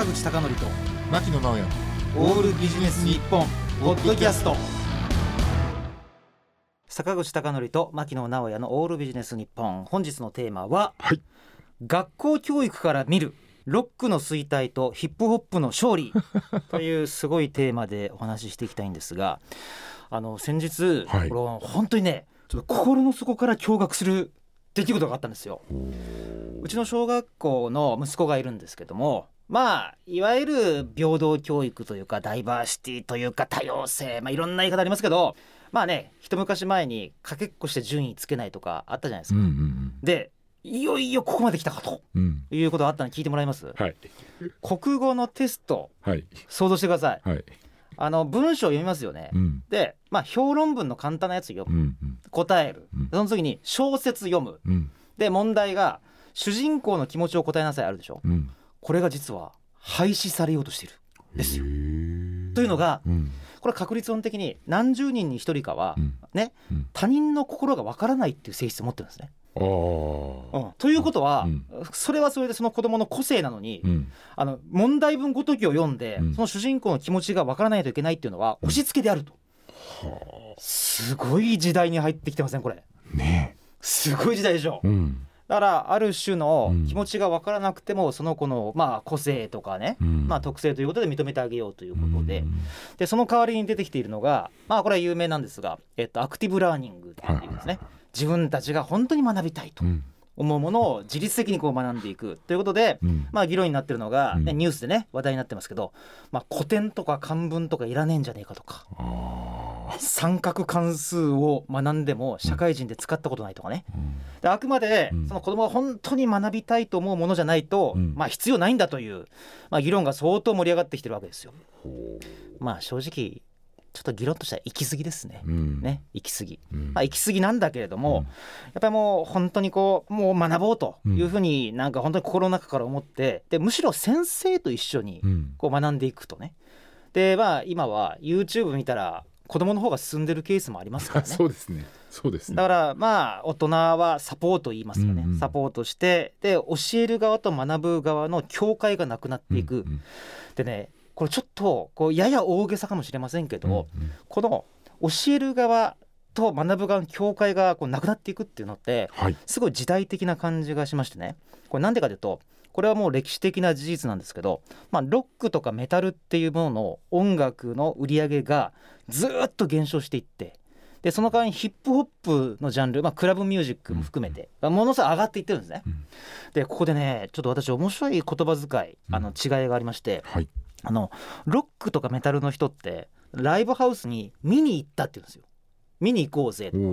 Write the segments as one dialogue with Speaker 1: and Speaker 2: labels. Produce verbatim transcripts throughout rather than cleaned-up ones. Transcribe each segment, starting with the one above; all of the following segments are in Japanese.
Speaker 1: 坂口孝則と
Speaker 2: 牧野直哉
Speaker 1: オールビジネス日本ポッドキャスト。坂口孝則と牧野直哉のオールビジネス日本、本日のテーマは、
Speaker 2: はい、
Speaker 1: 学校教育から見るロックの衰退とヒップホップの勝利というすごいテーマでお話ししていきたいんですが、あの先日、はい、これ本当にねちょっと心の底から驚愕する出来事があったんですよ。うちの小学校の息子がいるんですけども、まあいわゆる平等教育というかダイバーシティというか多様性、まあいろんな言い方ありますけど、まあね一昔前にかけっこして順位つけないとかあったじゃないですか、うんうんうん、でいよいよここまで来たかと、うん、いうことがあったの聞いてもらえます、はい、国語のテスト、はい、想像してください、はい、あの文章を読みますよね、うん、で、まあ、評論文の簡単なやつ読む、うんうん、答える、うん、その次に小説読む、うん、で問題が主人公の気持ちを答えなさいあるでしょ、うん、これが実は廃止されようとしているんですよ。というのが、うん、これは確率論的に何十人に一人かは、うんねうん、他人の心がわからないっていう性質を持ってるんですね。あ、うん、ということは、うん、それはそれでその子どもの個性なのに、うん、あの問題文ごときを読んで、うん、その主人公の気持ちがわからないといけないっていうのは押し付けであると、うん、すごい時代に入ってきてませんこれ、ね、すごい時代でしょ、うん、だからある種の気持ちが分からなくてもその子のまあ個性とかね、うんまあ、特性ということで認めてあげようということで、うん、でその代わりに出てきているのが、まあこれは有名なんですが、えっと、アクティブラーニングっていうんですね、はい、自分たちが本当に学びたいと思うものを自律的にこう学んでいくということで、うん、まあ議論になってるのが、ね、ニュースでね話題になってますけど、まあ、古典とか漢文とかいらねえんじゃねえかとか、三角関数を学んでも社会人で使ったことないとかね、うん、であくまでその子供が本当に学びたいと思うものじゃないと、うんまあ、必要ないんだという、まあ、議論が相当盛り上がってきてるわけですよ。まあ正直ちょっと議論としては行き過ぎですね、うん、ね行き過ぎ、うんまあ、行き過ぎなんだけれども、うん、やっぱりもう本当にこうもう学ぼうというふうになんか本当に心の中から思って、でむしろ先生と一緒にこう学んでいくとね、でまあ今は YouTube 見たら子供の方が進んでるケースもありますからね。そうですね、そうですね。だからまあ大人はサポート言いますよね、うんうん、サポートしてで教える側と学ぶ側の境界がなくなっていく、うんうん、でねこれちょっとこうやや大げさかもしれませんけど、うんうん、この教える側と学ぶ側の境界がこうなくなっていくっていうのって、はい、すごい時代的な感じがしましてね、これなんでかというとこれはもう歴史的な事実なんですけど、まあ、ロックとかメタルっていうものの音楽の売り上げがずっと減少していって、でその代わりにヒップホップのジャンル、まあ、クラブミュージックも含めて、うん、ものすごい上がっていってるんですね、うん、でここでねちょっと私面白い言葉遣いあの違いがありまして、うんはい、あのロックとかメタルの人ってライブハウスに見に行ったって言うんですよ。見に行こうぜ、うん、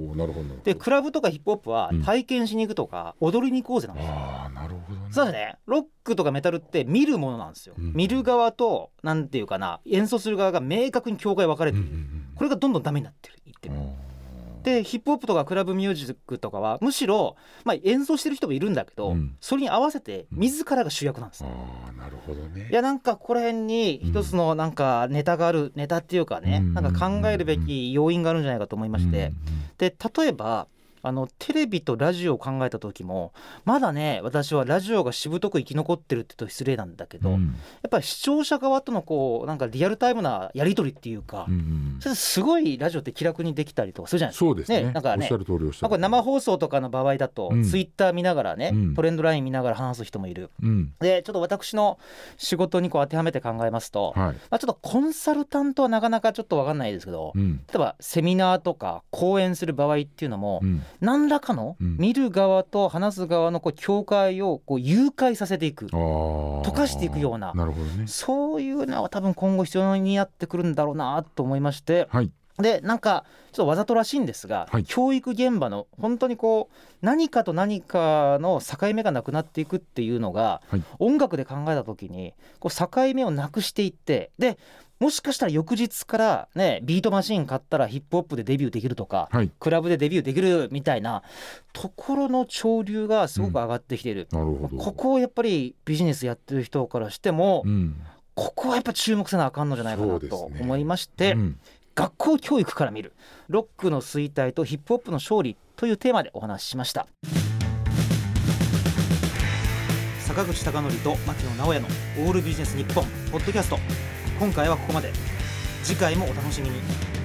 Speaker 1: なるほど。でクラブとかヒップホップは体験しに行くとか、うん、踊りに行こうぜなんですよ。あ、なるほどね。そうですね。ロックとかメタルって見るものなんですよ、うん、見る側となんていうかな演奏する側が明確に境界分かれている、うんうんうん、これがどんどんダメになってる言ってる。でヒップホップとかクラブミュージックとかはむしろ、まあ、演奏してる人もいるんだけど、うん、それに合わせて自らが主役なんです、ね、うん、あ、なるほどね。いやなんかここら辺に一つのなんかネタがある、うん、ネタっていうかね、うん、なんか考えるべき要因があるんじゃないかと思いまして、うん、で例えばあのテレビとラジオを考えた時もまだね私はラジオがしぶとく生き残ってるって言うと失礼なんだけど、うん、やっぱり視聴者側とのこうなんかリアルタイムなやり取りっていうか、うんうん、それすごいラジオって気楽にできたりとかするじゃないですか。そうですね、ねなんかね、おっしゃる通りおっしゃる通り、まあ、これ生放送とかの場合だと、うん、ツイッター見ながらね、うん、トレンドライン見ながら話す人もいる、うん、でちょっと私の仕事にこう当てはめて考えますと、はいまあ、ちょっとコンサルタントはなかなかちょっと分かんないですけど、うん、例えばセミナーとか講演する場合っていうのも、うん、何らかのうん、見る側と話す側のこう境界をこう誘拐させていく、溶かしていくような、なるほどね、そういうのは多分今後必要になってくるんだろうなと思いまして、はい、でなんかちょっとわざとらしいんですが、はい、教育現場の本当にこう何かと何かの境目がなくなっていくっていうのが、はい、音楽で考えた時にこう境目をなくしていって、でもしかしたら翌日からねビートマシン買ったらヒップホップでデビューできるとか、はい、クラブでデビューできるみたいなところの潮流がすごく上がってきている、うん、なるほど。ここをやっぱりビジネスやってる人からしても、うん、ここはやっぱ注目せなあかんのじゃないかなと思いまして、ねうん、学校教育から見るロックの衰退とヒップホップの勝利というテーマでお話ししました。坂坂口孝則と牧野直哉のオールビジネス日本ポッドキャスト、今回はここまで。次回もお楽しみに。